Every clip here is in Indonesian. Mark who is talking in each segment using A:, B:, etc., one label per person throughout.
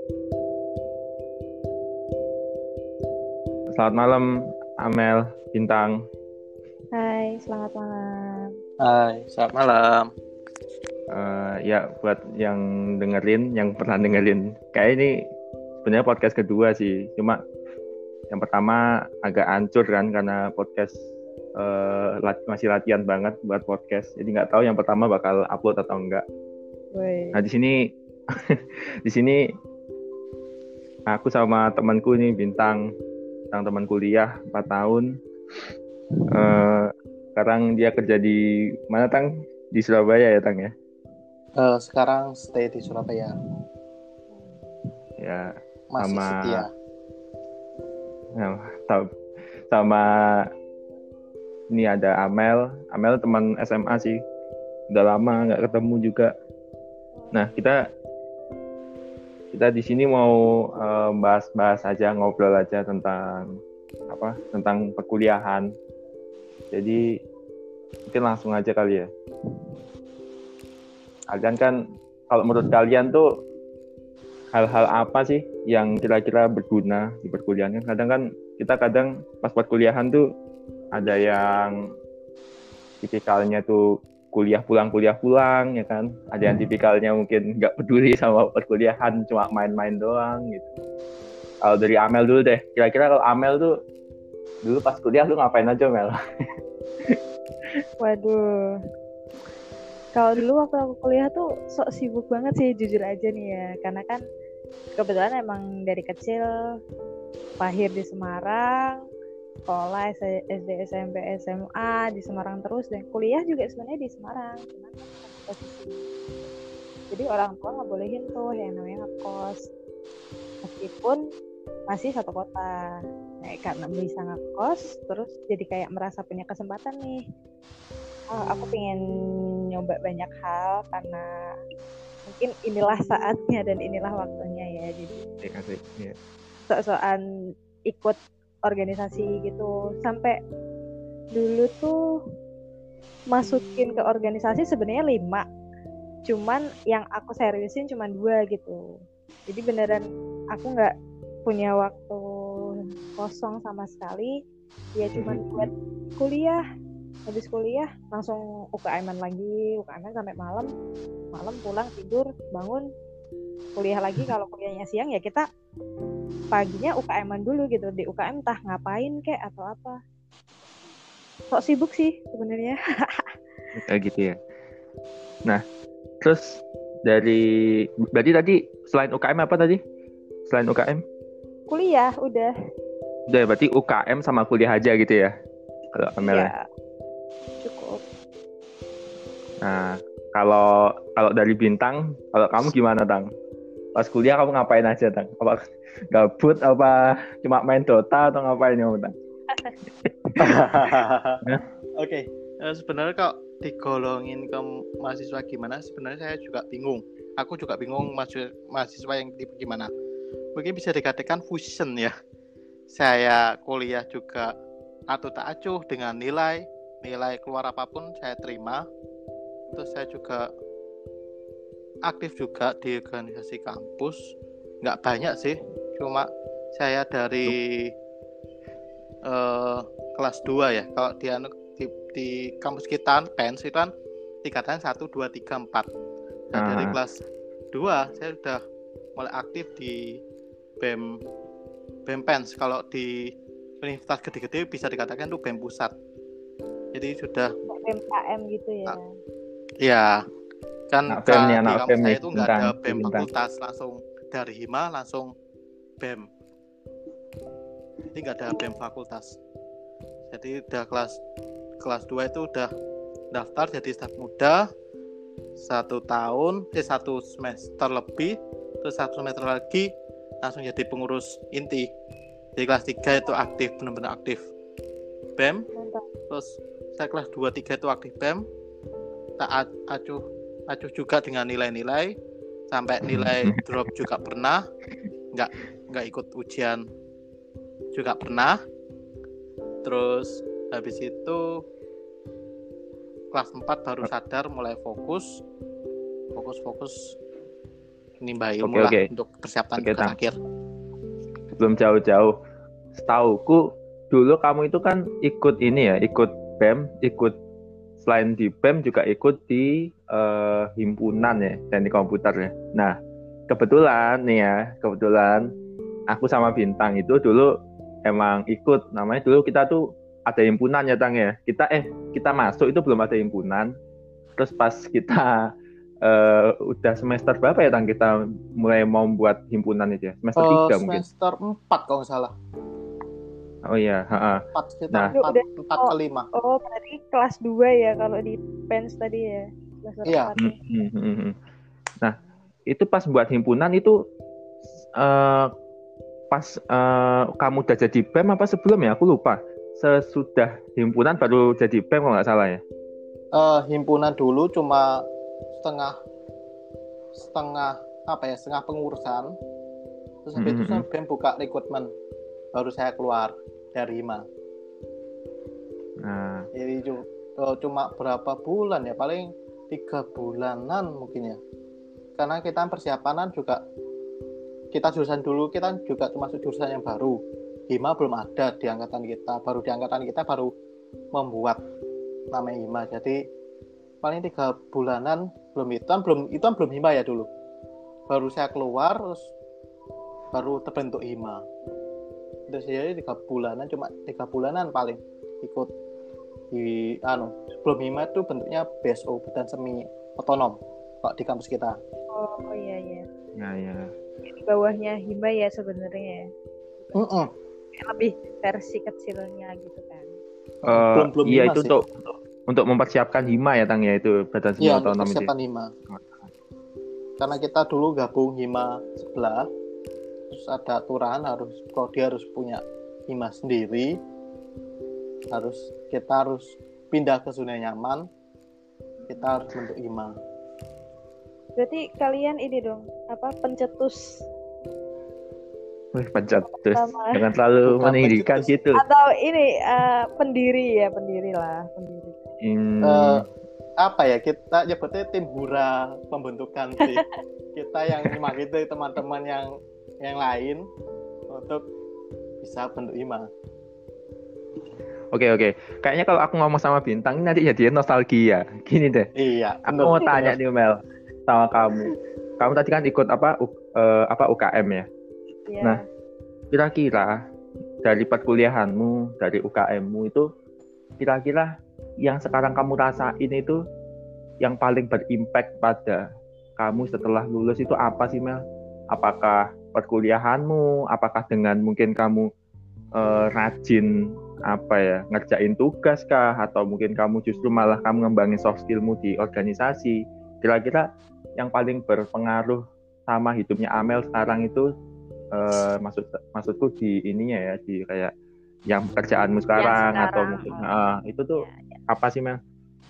A: Selamat malam, Amel, Bintang.
B: Hai, selamat malam.
C: Hai, selamat malam.
A: Ya, buat yang dengerin, yang pernah dengerin, kayak ini sebenarnya podcast kedua sih. Cuma yang pertama agak hancur kan karena podcast masih latihan banget buat podcast. Jadi nggak tahu yang pertama bakal upload atau enggak.
B: Woi.
A: Nah di sini, di sini aku sama temanku nih Bintang teman kuliah 4 tahun. Sekarang dia kerja di mana, Tang? Di Surabaya ya, Tang ya?
C: Sekarang stay di Surabaya.
A: Ya,
C: Masih
A: sama
C: setia.
A: nah, sama ini ada Amel teman SMA sih. Udah lama nggak ketemu juga. Nah, kita di sini mau bahas aja, ngobrol aja tentang perkuliahan. Jadi mungkin langsung aja kali ya. Kalian kan, kalau menurut kalian tuh hal-hal apa sih yang kira-kira berguna di perkuliahan? Kita kadang pas perkuliahan tuh ada yang tipikalnya tuh kuliah pulang ya kan. Ada yang tipikalnya mungkin nggak peduli sama perkuliahan, cuma main-main doang gitu. Kalau dari Amel dulu deh, kira-kira kalau Amel tuh dulu pas kuliah lu ngapain aja, Mel?
B: Waduh. Kalau dulu waktu aku kuliah tuh sok sibuk banget sih, jujur aja nih ya. Karena kan kebetulan emang dari kecil lahir di Semarang, sekolah SD, SMP, SMA di Semarang terus, dan kuliah juga sebenarnya di Semarang. Cuman kan posisi. Jadi orang tua nggak bolehin tuh yang namanya ngekos. Meskipun masih satu kota. Nah, karena bisa ngekos, terus jadi kayak merasa punya kesempatan nih. Aku pengen nyoba banyak hal karena mungkin inilah saatnya dan inilah waktunya ya. Jadi sok-sokan ikut organisasi gitu. Sampai dulu tuh masukin ke organisasi sebenarnya 5. Cuman yang aku seriusin cuma 2 gitu. Jadi beneran aku nggak punya waktu kosong sama sekali. Ya cuma buat kuliah. Habis kuliah langsung UKM-an lagi, UKM sampai malam pulang tidur, bangun kuliah lagi. Kalau kuliahnya siang ya kita paginya UKM-an dulu gitu. Di UKM entah ngapain kek atau apa. Sok sibuk sih sebenarnya.
A: Kayak gitu ya. Nah, terus berarti tadi selain UKM apa tadi? Selain UKM?
B: Kuliah udah.
A: Udah, berarti UKM sama kuliah aja gitu ya? Kalau Amel.
B: Iya. Cukup.
A: Nah, kalau dari Bintang, kalau kamu gimana, Tang? Pas kuliah kamu ngapain aja, Tang? Apa gabut, apa cuma main Dota atau ngapain kamu, Tang?
C: Oke. Sebenarnya kalau digolongin ke mahasiswa gimana, sebenarnya saya juga bingung. Aku juga bingung mahasiswa yang tipe gimana. Mungkin bisa dikatakan fusion ya. Saya kuliah juga atau tak acuh dengan nilai keluar apapun saya terima. Terus saya juga aktif juga di organisasi kampus. Nggak banyak sih, cuma saya dari kelas 2 ya. Kalau di kampus kita PENS itu kan tingkatan 1, 2, 3, 4. Nah, dari kelas 2 saya sudah mulai aktif di BEM PENS. Kalau di universitas gede-gede bisa dikatakan itu BEM pusat. Jadi sudah
B: MKM gitu ya.
C: Ya, kan di kampus saya itu nggak ada BEM fakultas, langsung dari Hima langsung BEM. Jadi nggak ada BEM fakultas. Jadi udah kelas 2 itu udah daftar jadi staf muda 1 semester lebih, terus 1 semester lagi langsung jadi pengurus inti. Di kelas 3 itu aktif, benar-benar aktif BEM. Terus saya kelas 2, 3 itu aktif BEM. Tak acuh juga dengan nilai-nilai, sampai nilai drop juga pernah, nggak ikut ujian juga pernah. Terus habis itu kelas 4 baru sadar, mulai fokus Nimba ilmu lah untuk persiapan tugas akhir.
A: Belum jauh-jauh, setauku dulu kamu itu kan ikut ini ya, ikut BEM, selain di BEM juga ikut di himpunan ya, teknik komputer ya. Nah, kebetulan aku sama Bintang itu dulu emang ikut, namanya dulu kita tuh ada himpunan ya Tang ya. Kita masuk itu belum ada himpunan. Terus pas kita udah semester berapa ya Tang kita mulai mau buat himpunan itu ya? Semester 3 mungkin.
C: Semester 4 kalau nggak salah.
A: Oh iya,
C: 4 sekitar 4 ke 5.
B: Oh, berarti kelas 2 ya kalau di PENS tadi ya.
C: Iya.
A: Nah, itu pas buat himpunan itu pas kamu udah jadi BEM apa sebelum ya? Aku lupa. Sesudah himpunan baru jadi BEM kalau nggak salah ya?
C: Himpunan dulu cuma setengah pengurusan. Terus habis itu BEM buka rekrutmen. Baru saya keluar dari HIMA. Jadi cuma berapa bulan ya? Paling 3 bulanan mungkin ya. Karena kita persiapanan juga, kita jurusan dulu, kita juga termasuk jurusan yang baru. HIMA belum ada di angkatan kita. Baru di angkatan kita baru membuat namanya HIMA. Jadi paling 3 bulanan belum HIMA ya dulu. Baru saya keluar, terus baru terbentuk HIMA. Terus jadi 3 bulanan paling ikut di sebelum HIMA itu bentuknya BSO, badan semi otonom kok di kampus kita.
B: Oh iya.
A: Ya.
B: Di bawahnya HIMA ya sebenarnya. Lebih versi kecilnya gitu kan.
C: Belum
A: iya
C: HIMA
A: itu
C: sih.
A: untuk mempersiapkan HIMA ya Tang ya, itu badan semi otonom itu. Iya,
C: persiapan HIMA. Karena kita dulu gabung HIMA sebelah, terus ada aturan prodi harus punya HIMA sendiri, kita harus pindah ke zona nyaman, kita harus bentuk HIMA.
B: Berarti kalian ini dong, pencetus?
A: Wih, pencetus, jangan terlalu meninggikan gitu.
B: Atau ini pendiri lah.
C: Kita nyebutnya tim hura pembentukan sih. Kita yang mengikuti teman-teman yang lain untuk bisa bentuk HIMA.
A: Oke. Kayaknya kalau aku ngomong sama Bintang ini nanti jadi nostalgia. Gini deh.
C: Iya.
A: Aku mau tanya nih Mel sama kamu. Kamu tadi kan ikut UKM ya?
B: Iya.
A: Nah, kira-kira dari perkuliahanmu, dari UKM-mu itu kira-kira yang sekarang kamu rasain itu yang paling berimpact pada kamu setelah lulus itu apa sih Mel? Apakah perkuliahanmu, apakah dengan mungkin kamu rajin ngerjain tugas kah, atau mungkin kamu justru malah kamu ngembangin soft skillmu di organisasi? Kira-kira yang paling berpengaruh sama hidupnya Amel sekarang itu maksudku di ininya ya, di kayak yang pekerjaanmu sekarang atau mungkin itu tuh apa sih Mel?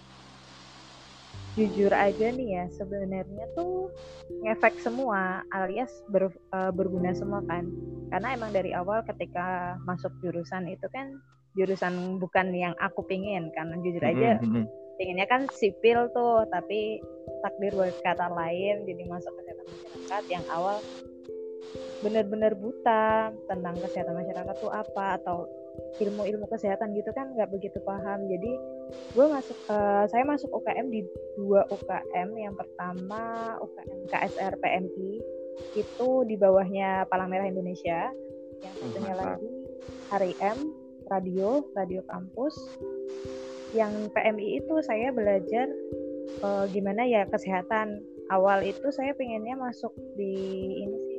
B: Jujur aja nih ya, sebenarnya tuh ngefek semua, alias berguna semua kan. Karena emang dari awal ketika masuk jurusan itu kan jurusan bukan yang aku pingin kan. Jujur aja pinginnya kan sipil tuh, tapi takdir berkata lain, jadi masuk kesehatan masyarakat yang awal benar-benar buta tentang kesehatan masyarakat tuh apa, atau ilmu kesehatan gitu kan nggak begitu paham. Jadi saya masuk UKM di 2 UKM. Yang pertama UKM KSR PMI, itu di bawahnya Palang Merah Indonesia. Yang satunya lagi HRIM, radio kampus. Yang PMI itu saya belajar gimana ya kesehatan. Awal itu saya pengennya masuk di ini sih,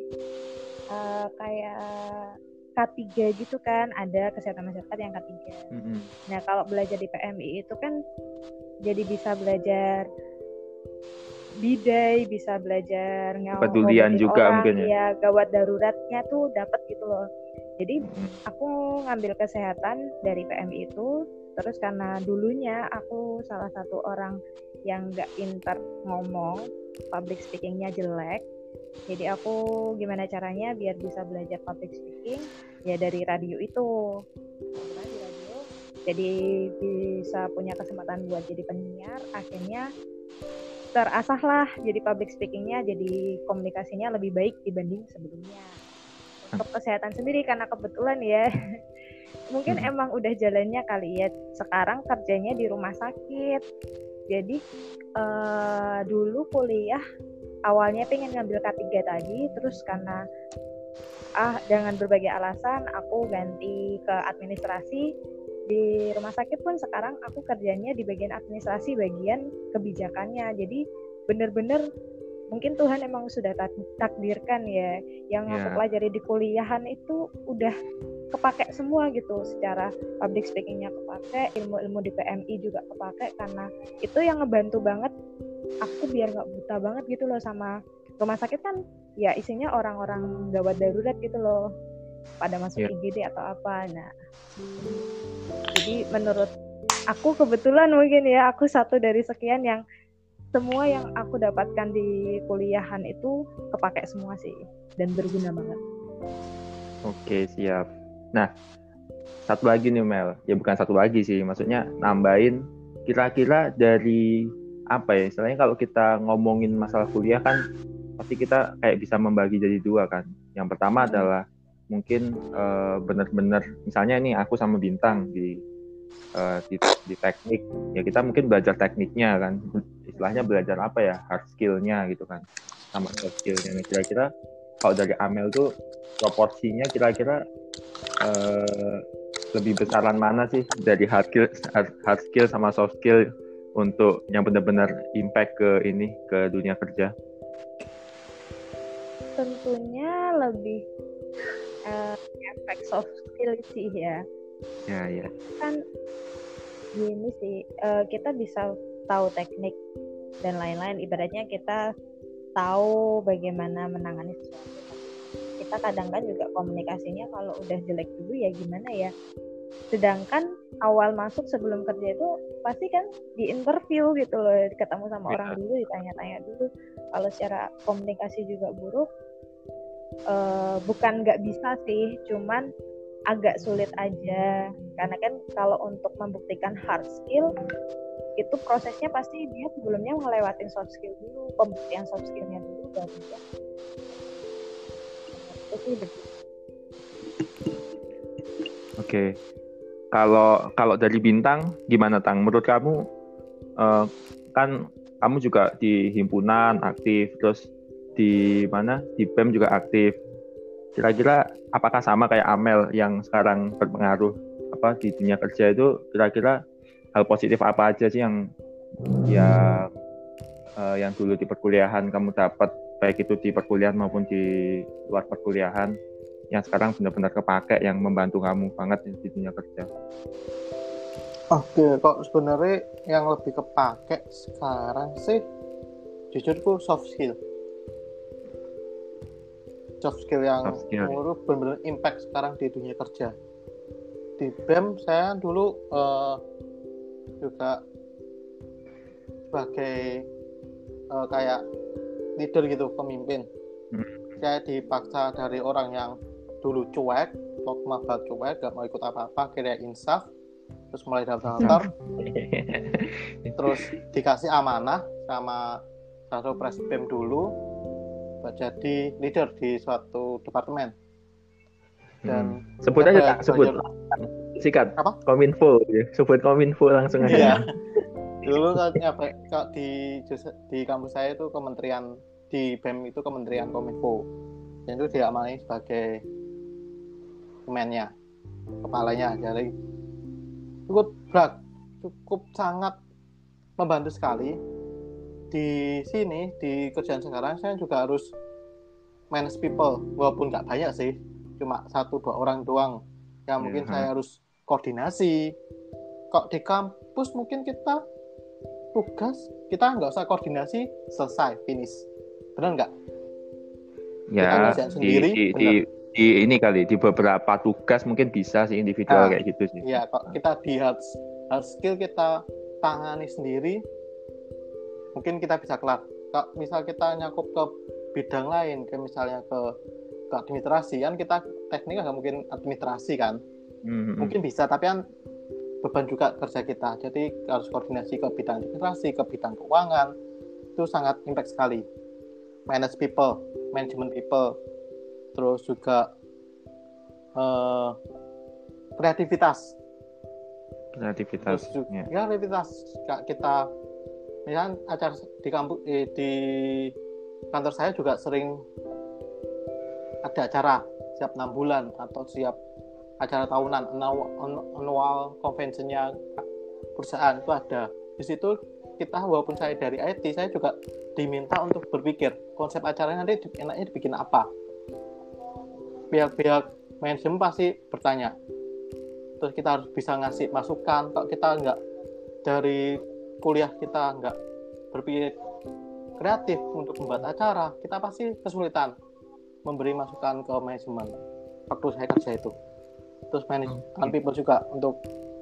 B: kayak K3 gitu kan, ada kesehatan masyarakat yang K3. Nah, kalau belajar di PMI itu kan jadi bisa belajar bidai, bisa belajar
A: pedulian juga
B: orang,
A: mungkin
B: ya gawat daruratnya tuh dapat gitu loh. Jadi aku ngambil kesehatan dari PMI itu, terus karena dulunya aku salah satu orang yang nggak pintar ngomong, public speakingnya jelek. Jadi aku gimana caranya biar bisa belajar public speaking, ya dari radio itu. Karena di radio jadi bisa punya kesempatan buat jadi penyiar. Akhirnya terasah lah jadi public speakingnya, jadi komunikasinya lebih baik dibanding sebelumnya. Untuk kesehatan sendiri karena kebetulan ya mungkin emang udah jalannya kali ya, sekarang kerjanya di rumah sakit. Jadi dulu kuliah awalnya pengen ngambil K3 tadi, terus karena dengan berbagai alasan aku ganti ke administrasi. Di rumah sakit pun sekarang aku kerjanya di bagian administrasi, bagian kebijakannya. Jadi bener-bener mungkin Tuhan emang sudah takdirkan ya, yang aku pelajari di kuliahan itu udah kepake semua gitu. Secara public speakingnya kepake, ilmu-ilmu di PMI juga kepake, karena itu yang ngebantu banget aku biar gak buta banget gitu loh sama rumah sakit kan ya isinya orang-orang gawat darurat gitu loh, pada masuk IGD atau apa. Nah jadi menurut aku kebetulan mungkin ya, aku satu dari sekian yang semua yang aku dapatkan di kuliahan itu kepake semua sih dan berguna banget.
A: Oke, siap. Nah, satu lagi nih Mel, ya bukan satu lagi sih, maksudnya nambahin kira-kira dari apa ya, istilahnya kalau kita ngomongin masalah kuliah kan pasti kita kayak bisa membagi jadi dua kan. Yang pertama adalah mungkin benar-benar misalnya nih aku sama Bintang di teknik, ya kita mungkin belajar tekniknya kan, istilahnya belajar apa ya, hard skill-nya gitu kan, sama soft skill-nya. Nah, kira-kira kalau dari Amel tuh proporsinya kira-kira lebih besaran mana sih dari hard skill sama soft skill untuk yang benar-benar impact ke dunia kerja?
B: Tentunya lebih efek soft skill sih ya.
A: Ya.
B: Kan gini sih, kita bisa tahu teknik dan lain-lain. Ibaratnya kita tahu bagaimana menangani sesuatu. Kita kadang kan juga komunikasinya kalau udah jelek dulu ya gimana ya. Sedangkan awal masuk sebelum kerja itu pasti kan di interview gitu loh, ketemu sama orang dulu, ditanya-tanya dulu. Kalau secara komunikasi juga buruk, bukan nggak bisa sih, cuman agak sulit aja. Karena kan kalau untuk membuktikan hard skill itu prosesnya pasti dia sebelumnya ngelewatin soft skill dulu, pembuktian soft skillnya dulu baru ya.
A: Oke. Kalau dari Bintang gimana Tang? Menurut kamu kan kamu juga di himpunan aktif, terus di BEM juga aktif. Kira-kira apakah sama kayak Amel yang sekarang berpengaruh di dunia kerja itu, kira-kira hal positif apa aja sih yang dulu di perkuliahan kamu dapat, baik itu di perkuliahan maupun di luar perkuliahan, yang sekarang benar-benar kepake, yang membantu kamu banget di dunia kerja?
C: Oke, kok sebenarnya yang lebih kepake sekarang sih jujurku soft skill yang menurut benar-benar impact sekarang di dunia kerja. Di BEM saya dulu juga sebagai kayak leader gitu, pemimpin. Saya dipaksa dari orang yang dulu cuek, waktu maba cuek, gak mau ikut apa-apa, kira insaf, terus mulai daftar, terus dikasih amanah sama satu pres BEM dulu buat jadi leader di suatu departemen. Dan
A: sebut aja, sebut sikat apa? Kominfo, sebut Kominfo langsung aja.
C: Dulu kan di kampus saya itu kementerian, di BEM itu Kementerian Kominfo, dan itu diamani sebagai kemennya, kepalanya. Jadi cukup sangat membantu sekali. Di sini, di kerjaan sekarang saya juga harus manage people, walaupun nggak banyak sih, cuma 1-2 orang doang yang mungkin saya harus koordinasi. Kok di kampus mungkin kita tugas kita nggak usah koordinasi, selesai, finish, benar nggak?
A: Ya, sendiri, di ini kali, di beberapa tugas mungkin bisa sih individual kayak gitu sih.
C: Iya, kok kita di hard skill kita tangani sendiri, mungkin kita bisa kelar. Kalau misal kita nyakup ke bidang lain, kayak misalnya ke administrasi, kan kita teknik nggak mungkin administrasi kan, mungkin bisa, tapi kan beban juga kerja kita. Jadi harus koordinasi ke bidang administrasi, ke bidang keuangan, itu sangat impact sekali. Manage people, management people, terus juga kreativitas. Terus juga kreativitas kita, misalnya acara di kampus di kantor saya juga sering ada acara siap 6 bulan atau siap acara tahunan, annual convention-nya perusahaan itu ada. Di situ kita, walaupun saya dari IT, saya juga diminta untuk berpikir konsep acaranya nanti enaknya dibikin apa. Pihak-pihak manajemen pasti bertanya. Terus kita harus bisa ngasih masukan. Kalau kita nggak, dari kuliah kita nggak berpikir kreatif untuk membuat acara, kita pasti kesulitan memberi masukan ke manajemen waktu saya kerja itu. Terus manajemen people juga untuk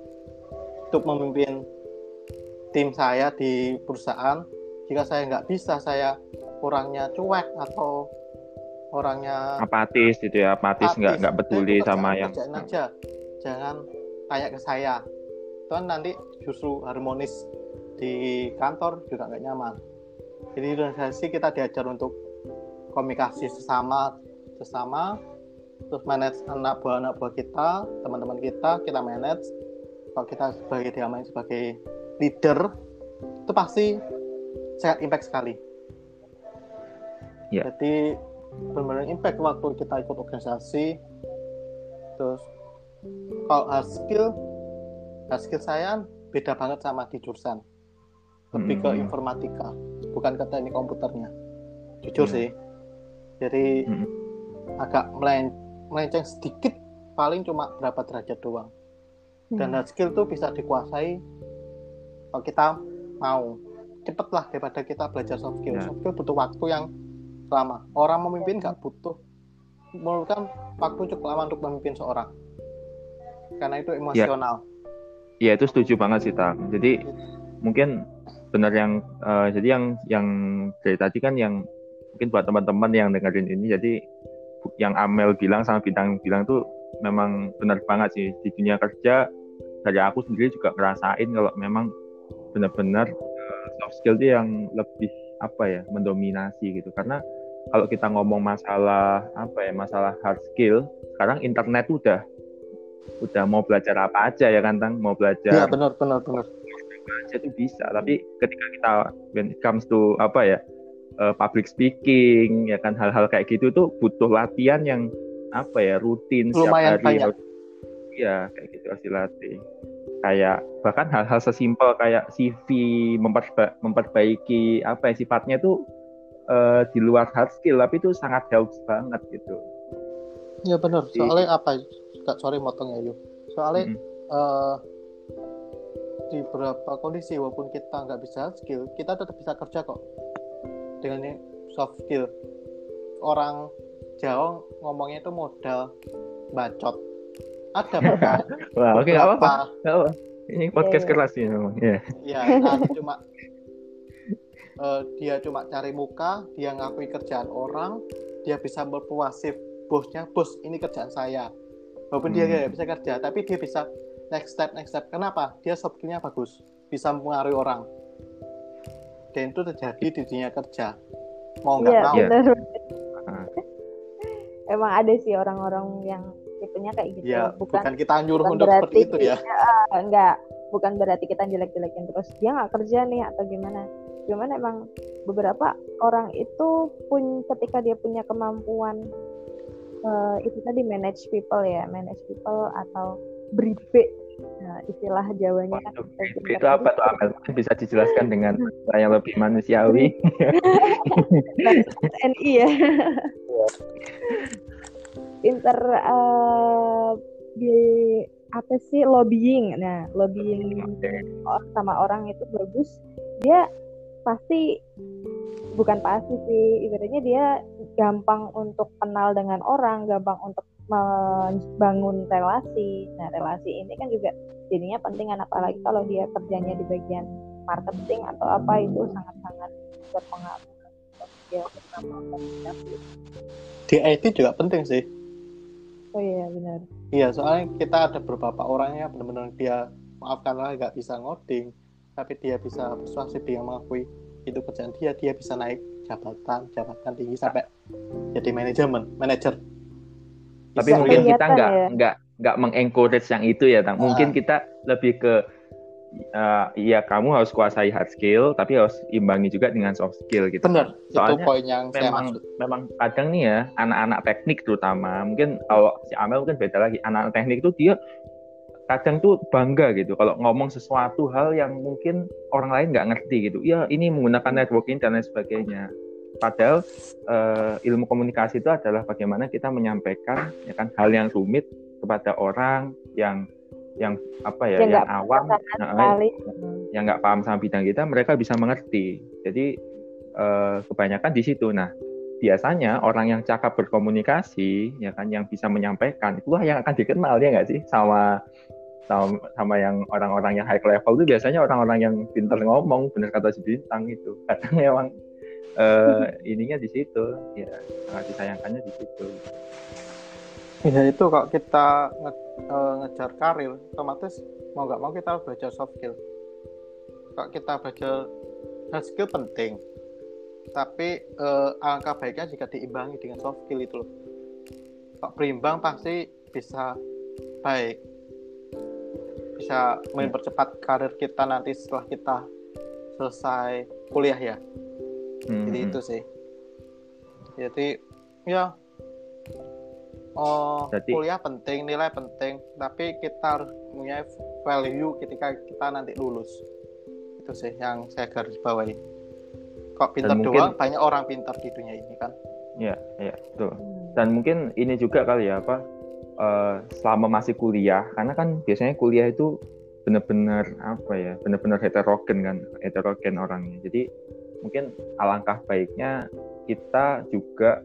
C: memimpin tim saya di perusahaan. Jika saya nggak bisa, saya orangnya cuek atau orangnya
A: apatis gitu ya, apatis nggak peduli sama yang
C: kerjain aja, jangan tanya ke saya. Itu kan nanti justru harmonis di kantor juga nggak nyaman. Jadi di organisasi kita diajar untuk komunikasi sesama, terus manage anak buah kita, teman-teman kita manage. Kalau kita sebagai diamankan sebagai leader, itu pasti sangat impact sekali.
A: Yeah.
C: Jadi benar-benar impact waktu kita ikut organisasi. Terus kalau hard skill saya beda banget sama di jurusan. Lebih ke informatika, bukan ke teknik komputernya. Jujur sih. Jadi agak melenceng sedikit, paling cuma berapa derajat doang. Dan hard skill tuh bisa dikuasai kalau kita mau. Cepet lah daripada kita belajar soft skill. Soft skill butuh waktu yang lama. Orang memimpin nggak butuh, memerlukan waktu cukup lama untuk memimpin seorang. Karena itu emosional.
A: Iya, itu setuju banget sih, Tang. Jadi mungkin benar yang jadi yang dari tadi kan, yang mungkin buat teman-teman yang dengerin ini, jadi yang Amel bilang sama Bintang bilang tuh memang benar banget sih. Di dunia kerja, dari aku sendiri juga ngerasain kalau memang benar-benar soft skill itu yang lebih mendominasi gitu. Karena kalau kita ngomong masalah masalah hard skill, sekarang internet udah mau belajar apa aja ya kan, Tang? Mau belajar.
C: Iya, benar.
A: Aja tuh bisa. Tapi ketika kita when it comes to public speaking, ya kan, hal-hal kayak gitu tuh butuh latihan yang rutin
C: lumayan
A: setiap hari.
C: Banyak.
A: Iya, kayak gitu harus dilatih. Kayak bahkan hal-hal sesimpel kayak CV, memperbaiki sifatnya tuh di luar hard skill, tapi itu sangat helps banget gitu.
C: Iya benar. Soalnya sorry motong ya, Yu. Soalnya di beberapa kondisi walaupun kita nggak bisa hard skill, kita tetap bisa kerja kok dengan soft skill. Orang Jawa ngomongnya itu modal bacot. Ada
A: wah, oke, nggak apa-apa. Ini podcast keras sih memang.
C: Cuma dia cuma cari muka, dia ngakui kerjaan orang, dia bisa berpuasif bosnya, bos ini kerjaan saya. Walaupun dia nggak bisa kerja, tapi dia bisa next step. Kenapa? Dia soft skill-nya bagus, bisa mempengaruhi orang. Dan itu terjadi di dunia kerja. Mau nggak mau.
B: Benar. Emang ada sih orang-orang yang tipenya kayak gitu.
C: Ya, bukan kita nyuruh untuk seperti itu ya.
B: Enggak, bukan berarti kita jelek-jelekin terus dia nggak kerja nih atau gimana. Cuman emang beberapa orang itu ketika dia punya kemampuan itu tadi manage people atau bribe, istilah Jawanya kan.
A: Itu apa tuh, Amel? Bisa dijelaskan dengan yang lebih manusiawi?
B: NI ya. Pinter lobbying. Nah, lobbying sama orang itu bagus. Dia pasti, bukan pasti sih, ibaratnya dia gampang untuk kenal dengan orang, gampang untuk membangun relasi. Nah, relasi ini kan juga jadinya penting, apalagi kalau dia kerjanya di bagian marketing atau apa, itu sangat-sangat berpengaruh.
C: Di IT juga penting sih.
B: Oh iya, benar.
C: Iya, soalnya kita ada beberapa orangnya benar-benar dia, maafkanlah, nggak bisa ngoding, tapi dia bisa persuasif, dia mengakui itu kerjaan dia bisa naik jabatan tinggi sampai jadi manajer.
A: Tapi mungkin kita nggak mengencourage yang itu ya, Tang. Mungkin kita lebih ke ya kamu harus kuasai hard skill, tapi harus imbangi juga dengan soft skill gitu.
C: Benar. Itu poin yang
A: memang kadang nih ya anak-anak teknik terutama, mungkin kalau si Amel mungkin beda lagi. Anak-anak teknik itu dia kadang tuh bangga gitu kalau ngomong sesuatu hal yang mungkin orang lain nggak ngerti gitu. Ya ini menggunakan networking dan lain sebagainya. Padahal ilmu komunikasi itu adalah bagaimana kita menyampaikan ya kan hal yang rumit kepada orang yang apa ya, yang awam, yang nggak paham sama bidang kita, mereka bisa mengerti. Jadi kebanyakan di situ. Nah, biasanya orang yang cakap berkomunikasi, ya kan, yang bisa menyampaikan, itulah yang akan dikenal, ya nggak sih, sama yang orang-orang yang high level itu biasanya orang-orang yang pintar ngomong, benar kata si Bintang itu. Kadang memang ininya di situ, ya sangat disayangkannya di situ.
C: Ya itu kalau kita ngejar karir, otomatis mau nggak mau kita harus belajar soft skill. Kalau kita belajar hard skill penting, tapi alangkah baiknya jika diimbangi dengan soft skill itu loh. Kalau berimbang pasti bisa baik, bisa mempercepat karir kita nanti setelah kita selesai kuliah ya. Jadi itu sih. Jadi ya kuliah penting, nilai penting, tapi kita harus punya value ketika kita nanti lulus. Itu sih yang saya garis bawahi. Kok pintar doang, banyak orang pintar di dunia ini kan.
A: Iya, betul. Dan mungkin ini juga kali ya, selama masih kuliah, karena kan biasanya kuliah itu benar-benar heterogen orangnya. Jadi mungkin alangkah baiknya kita juga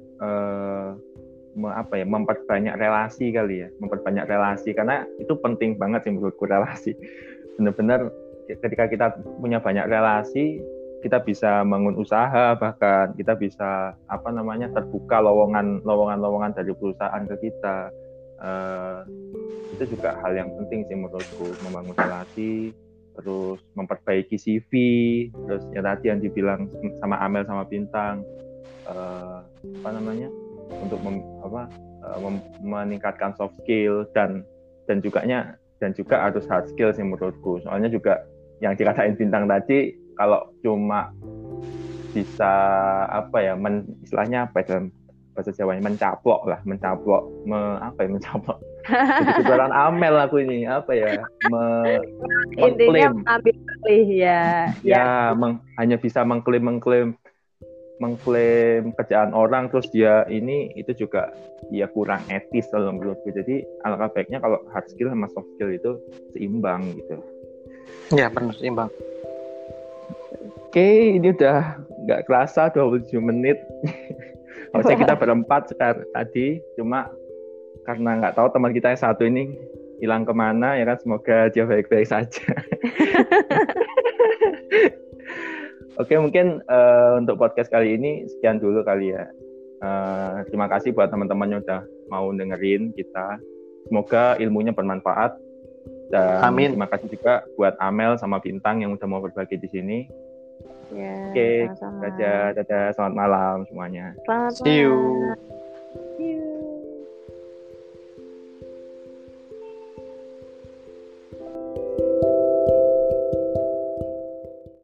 A: memperbanyak relasi kali ya, karena itu penting banget sih menurutku, relasi. Benar-benar ketika kita punya banyak relasi, kita bisa bangun usaha, bahkan kita bisa terbuka lowongan dari perusahaan ke kita. Itu juga hal yang penting sih menurutku, membangun relasi, terus memperbaiki CV, terus ya tadi yang dibilang sama Amel sama Bintang, untuk meningkatkan soft skill dan juga harus hard skill sih menurutku. Soalnya juga yang dikatain Bintang tadi, kalau cuma bisa istilahnya dalam bahasa Jawanya mencaplok. Jadi kebetulan Amel aku ini
B: intinya ambil pilih ya.
A: Hanya bisa mengklaim kerjaan orang, terus dia itu juga ya kurang etis kalau menurutku. Jadi alangkah baiknya kalau hard skill sama soft skill itu seimbang gitu.
C: Ya benar, seimbang.
A: Oke, ini udah nggak kerasa 27 menit. Harusnya kita berempat sekarang tadi, cuma karena nggak tahu teman kita yang satu ini hilang kemana, ya kan, semoga dia baik-baik saja. Oke, mungkin untuk podcast kali ini sekian dulu kali ya. Terima kasih buat teman-teman yang udah mau dengerin kita. Semoga ilmunya bermanfaat. Dan amin. Terima kasih juga buat Amel sama Bintang yang udah mau berbagi di sini.
B: Ya,
A: Oke, dadah, selamat malam semuanya.
B: Selamat malam.
C: See you.